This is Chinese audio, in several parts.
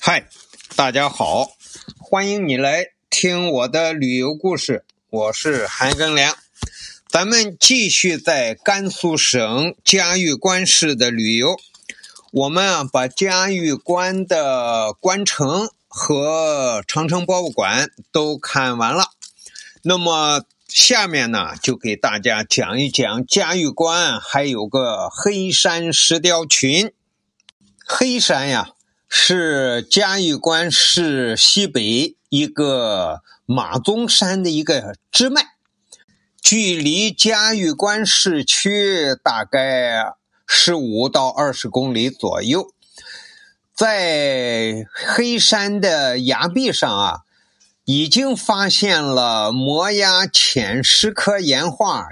嗨，大家好，欢迎你来听我的旅游故事，我是韩庚良。咱们继续在甘肃省嘉峪关市的旅游，我们把嘉峪关的关城和长城博物馆都看完了。那么下面呢，就给大家讲一讲嘉峪关还有个黑山石雕群。黑山呀，是嘉峪关市西北一个马鬃山的一个支脉，距离嘉峪关市区大概15到20公里左右。在黑山的崖壁上啊，已经发现了摩崖浅石刻岩画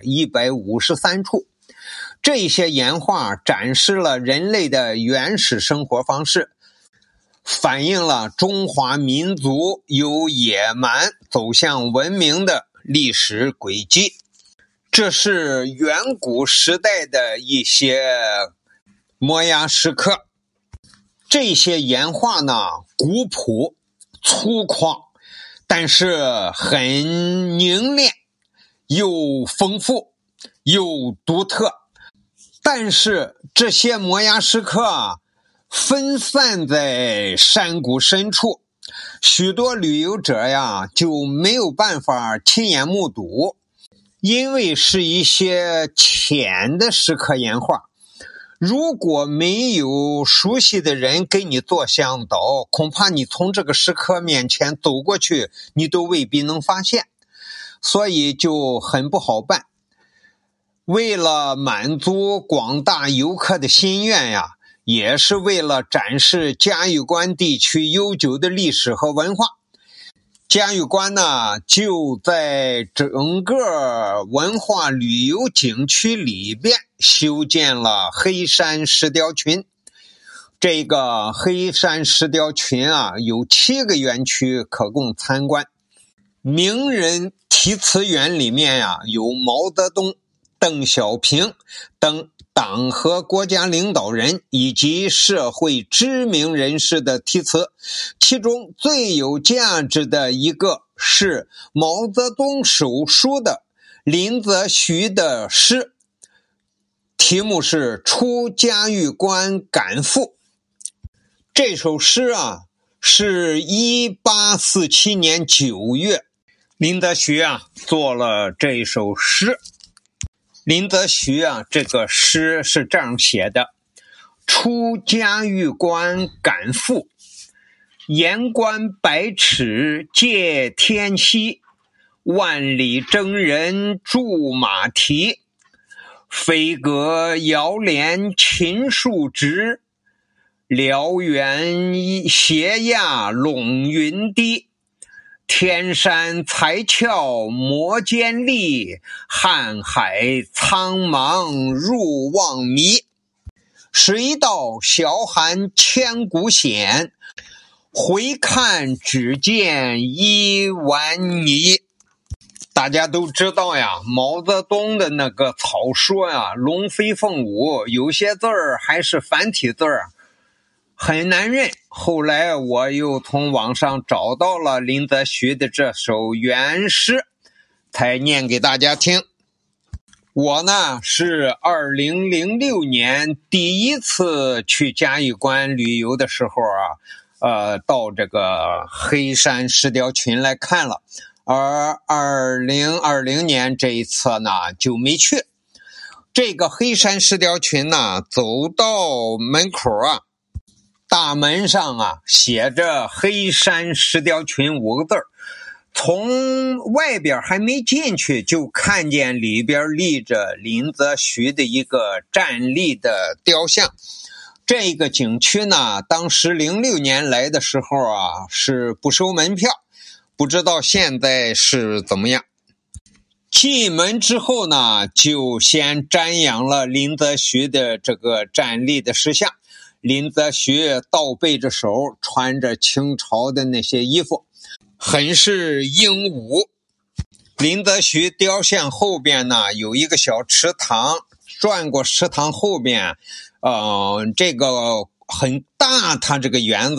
153处。这些岩画展示了人类的原始生活方式，反映了中华民族由野蛮走向文明的历史轨迹。这是远古时代的一些摩崖石刻，这些岩画呢，古朴粗犷，但是很凝练，又丰富又独特。但是这些摩崖石刻啊，分散在山谷深处，许多旅游者呀就没有办法亲眼目睹，因为是一些浅的石刻岩画，如果没有熟悉的人给你做向导，恐怕你从这个石刻面前走过去，你都未必能发现，所以就很不好办。为了满足广大游客的心愿呀，也是为了展示嘉峪关地区悠久的历史和文化，嘉峪关呢就在整个文化旅游景区里边修建了黑山石雕群。这个黑山石雕群啊，有7个园区可供参观。名人题词园里面呀，有毛泽东、邓小平等党和国家领导人以及社会知名人士的题词，其中最有价值的一个是毛泽东手书的林则徐的诗，题目是《出嘉峪关感赋》。这首诗啊，是1847年9月，林则徐啊做了这首诗。林则徐啊，这个诗是这样写的：出嘉峪关感赋，岩关百尺界天溪，万里征人驻马蹄，飞阁遥连秦树直，辽远斜�崖陇云低。天山才峭摩肩立，瀚海苍茫入望迷。水道小寒千古险，回看只见一碗泥。大家都知道呀，毛泽东的那个草书呀，龙飞凤舞，有些字儿还是繁体字儿，很难认。后来我又从网上找到了林则徐的这首原诗，才念给大家听。我呢是2006年第一次去嘉峪关旅游的时候啊，到这个黑山石雕群来看了，而2020年这一次呢就没去。这个黑山石雕群呢，走到门口啊，大门上啊写着黑山石雕群5个字，从外边还没进去就看见里边立着林则徐的一个站立的雕像。这个景区呢，当时06年来的时候啊是不收门票，不知道现在是怎么样。进门之后呢，就先瞻仰了林则徐的这个站立的石像。林则徐倒背着手，穿着清朝的那些衣服，很是英武。林则徐雕像后边呢有一个小池塘，转过池塘后边这个很大，它这个园子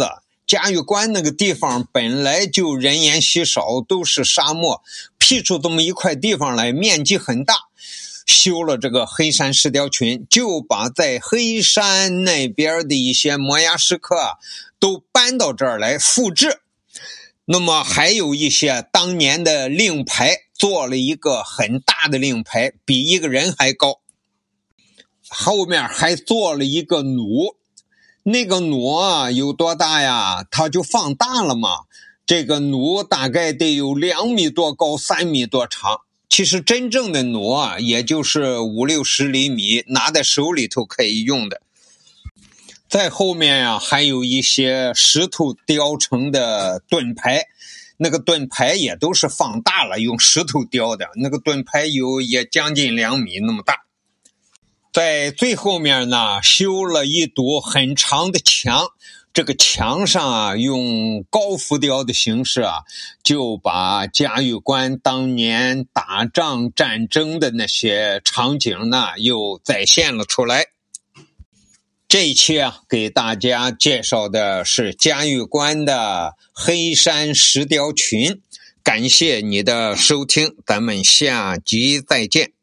嘉峪关那个地方本来就人烟稀少，都是沙漠，辟出这么一块地方来，面积很大，修了这个黑山石雕群，就把在黑山那边的一些摩崖石刻都搬到这儿来复制。那么还有一些当年的令牌，做了一个很大的令牌，比一个人还高，后面还做了一个弩，那个弩啊有多大呀？它就放大了嘛。这个弩大概得有2米多高，3米多长。其实真正的弩啊，也就是50-60厘米，拿在手里头可以用的。在后面呀，还有一些石头雕成的盾牌，那个盾牌也都是放大了，用石头雕的。那个盾牌也将近2米那么大。在最后面呢，修了一堵很长的墙，这个墙上啊，用高浮雕的形式啊，就把嘉峪关当年打仗战争的那些场景呢，又再现了出来。这一期啊，给大家介绍的是嘉峪关的黑山石雕群，感谢你的收听，咱们下集再见。